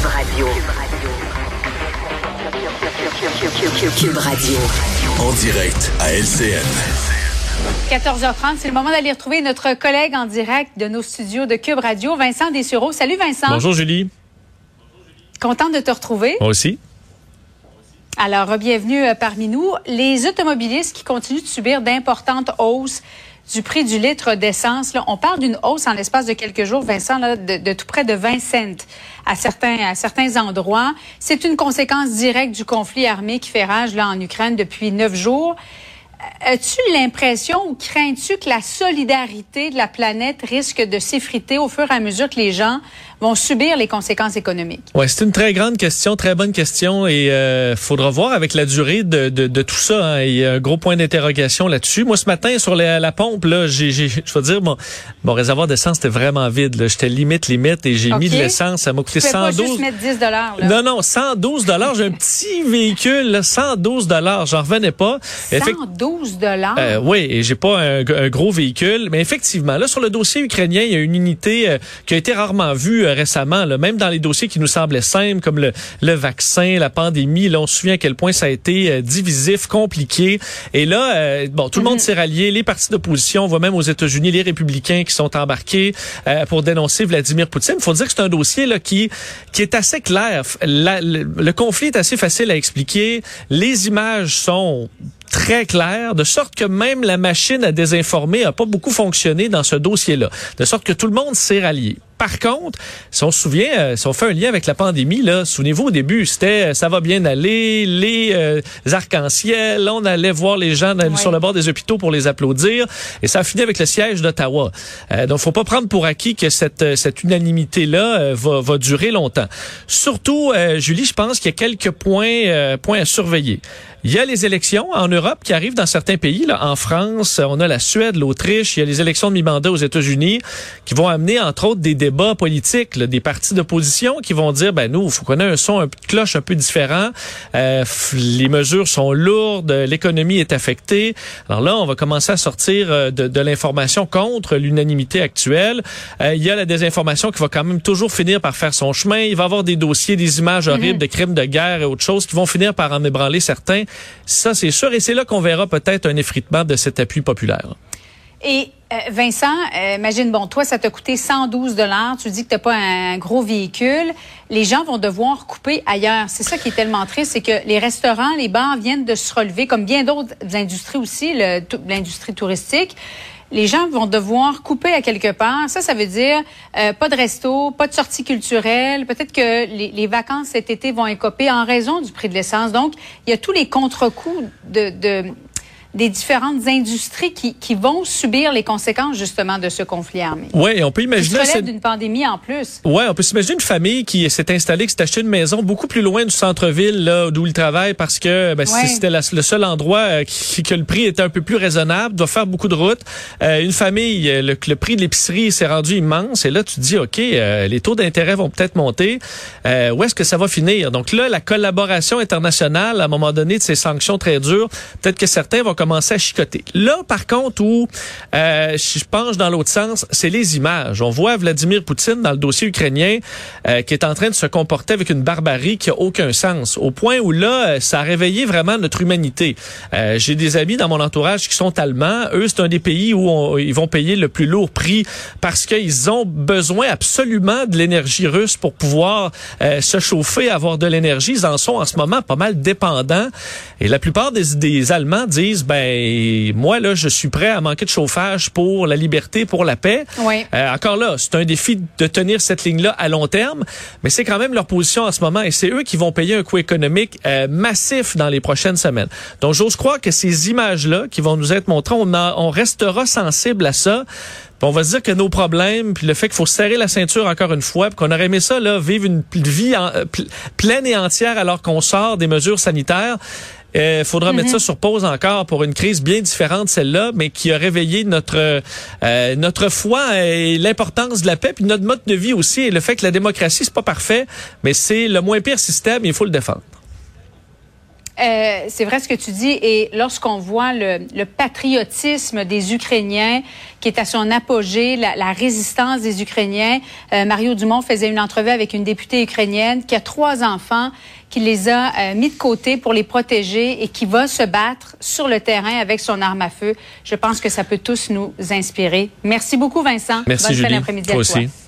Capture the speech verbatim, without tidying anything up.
Radio. Cube Radio. En direct à L C N. quatorze heures trente, c'est le moment d'aller retrouver notre collègue en direct de nos studios de Cube Radio, Vincent Dessureau. Salut Vincent. Bonjour Julie. Contente de te retrouver. Moi aussi. Alors, bienvenue parmi nous. Les automobilistes qui continuent de subir d'importantes hausses du prix du litre d'essence. Là, on parle d'une hausse en l'espace de quelques jours, Vincent, là, de, de tout près de vingt cents à certains, à certains endroits. C'est une conséquence directe du conflit armé qui fait rage là, en Ukraine depuis neuf jours. As-tu l'impression ou crains-tu que la solidarité de la planète risque de s'effriter au fur et à mesure que les gens vont subir les conséquences économiques? Ouais, c'est une très grande question, très bonne question, et euh, faudra voir avec la durée de, de, de tout ça. Hein. Il y a un gros point d'interrogation là-dessus. Moi, ce matin, sur la, la pompe, là, j'ai, j'ai, je veux dire, mon, mon réservoir d'essence était vraiment vide. Là. J'étais limite, limite, et j'ai okay. mis de l'essence. Ça m'a coûté tu cent douze. Tu peux pas juste mettre dix dollars. Non, non, cent douze dollars. J'ai un petit véhicule, là, cent douze dollars. J'en revenais pas. cent douze dollars. Euh, oui, et j'ai pas un, un gros véhicule, mais effectivement, là, sur le dossier ukrainien, il y a une unité euh, qui a été rarement vue euh, récemment, là, même dans les dossiers qui nous semblaient simples, comme le, le vaccin, la pandémie. Là, on se souvient à quel point ça a été euh, divisif, compliqué. Et là, euh, bon, tout mm-hmm. le monde s'est rallié, les partis d'opposition, on voit même aux États-Unis les républicains qui sont embarqués euh, pour dénoncer Vladimir Poutine. Il faut dire que c'est un dossier là qui qui est assez clair. La, le, le conflit est assez facile à expliquer. Les images sont très clair, de sorte que même la machine à désinformer a pas beaucoup fonctionné dans ce dossier-là, de sorte que tout le monde s'est rallié. Par contre, si on se souvient, euh, si on fait un lien avec la pandémie, là, souvenez-vous au début, c'était euh, ça va bien aller, les, euh, les arcs-en-ciel, on allait voir les gens dans, oui. sur le bord des hôpitaux pour les applaudir, et ça a fini avec le siège d'Ottawa. Euh, donc, faut pas prendre pour acquis que cette cette unanimité-là euh, va va durer longtemps. Surtout, euh, Julie, je pense qu'il y a quelques points euh, points à surveiller. Il y a les élections en Europe qui arrivent dans certains pays. Là, en France, on a la Suède, l'Autriche. Il y a les élections de mi-mandat aux États-Unis qui vont amener, entre autres, des débats politiques, là, des partis d'opposition qui vont dire, ben nous, il faut qu'on ait un son, un cloche un peu différent. Euh, les mesures sont lourdes, l'économie est affectée. Alors là, on va commencer à sortir de, de l'information contre l'unanimité actuelle. Euh, il y a la désinformation qui va quand même toujours finir par faire son chemin. Il va y avoir des dossiers, des images horribles, mm-hmm. de crimes de guerre et autres choses qui vont finir par en ébranler certains. Ça, c'est sûr. Et c'est là qu'on verra peut-être un effritement de cet appui populaire. Et euh, Vincent, euh, imagine, bon, toi, ça t'a coûté cent douze dollars. Tu dis que t'as pas un gros véhicule. Les gens vont devoir couper ailleurs. C'est ça qui est tellement triste, c'est que les restaurants, les bars viennent de se relever, comme bien d'autres industries aussi, le, l'industrie touristique. Les gens vont devoir couper à quelque part. Ça, ça veut dire euh, pas de resto, pas de sortie culturelle. Peut-être que les, les vacances cet été vont écoper en raison du prix de l'essence. Donc, il y a tous les contre-coups de, de des différentes industries qui, qui vont subir les conséquences, justement, de ce conflit armé. Oui, on peut imaginer... Qui se relève d'une pandémie en plus. Oui, on peut s'imaginer une famille qui s'est installée, qui s'est acheté une maison beaucoup plus loin du centre-ville, là, d'où il travaille, parce que ben, ouais. c'était la, le seul endroit euh, qui, que le prix était un peu plus raisonnable, doit faire beaucoup de routes. Euh, une famille, le, le prix de l'épicerie s'est rendu immense, et là, tu te dis, OK, euh, les taux d'intérêt vont peut-être monter. Euh, où est-ce que ça va finir? Donc là, la collaboration internationale, à un moment donné, de ces sanctions très dures, peut-être que certains vont commencer à chicoter. Là, par contre, où euh, je penche dans l'autre sens, c'est les images. On voit Vladimir Poutine dans le dossier ukrainien euh, qui est en train de se comporter avec une barbarie qui a aucun sens. Au point où là, ça a réveillé vraiment notre humanité. Euh, j'ai des amis dans mon entourage qui sont allemands. Eux, c'est un des pays où on, ils vont payer le plus lourd prix parce qu'ils ont besoin absolument de l'énergie russe pour pouvoir euh, se chauffer, avoir de l'énergie. Ils en sont en ce moment pas mal dépendants. Et la plupart des, des Allemands disent, ben moi là, je suis prêt à manquer de chauffage pour la liberté, pour la paix. Oui. Euh, encore là, c'est un défi de tenir cette ligne-là à long terme, mais c'est quand même leur position en ce moment et c'est eux qui vont payer un coût économique euh, massif dans les prochaines semaines. Donc, j'ose croire que ces images-là qui vont nous être montrées, on, a, on restera sensible à ça. Puis on va se dire que nos problèmes, puis le fait qu'il faut serrer la ceinture encore une fois, puis qu'on aurait aimé ça, là, vivre une vie en, euh, pleine et entière alors qu'on sort des mesures sanitaires. Il euh, faudra mm-hmm. mettre ça sur pause encore pour une crise bien différente, celle-là, mais qui a réveillé notre euh, notre foi et l'importance de la paix, puis notre mode de vie aussi, et le fait que la démocratie, c'est pas parfait, mais c'est le moins pire système, et il faut le défendre. Euh, c'est vrai ce que tu dis. Et lorsqu'on voit le, le patriotisme des Ukrainiens qui est à son apogée, la, la résistance des Ukrainiens, euh, Mario Dumont faisait une entrevue avec une députée ukrainienne qui a trois enfants, qui les a euh, mis de côté pour les protéger et qui va se battre sur le terrain avec son arme à feu. Je pense que ça peut tous nous inspirer. Merci beaucoup, Vincent. Merci, Bonne Julie. fin d'après-midi à toi toi. Aussi.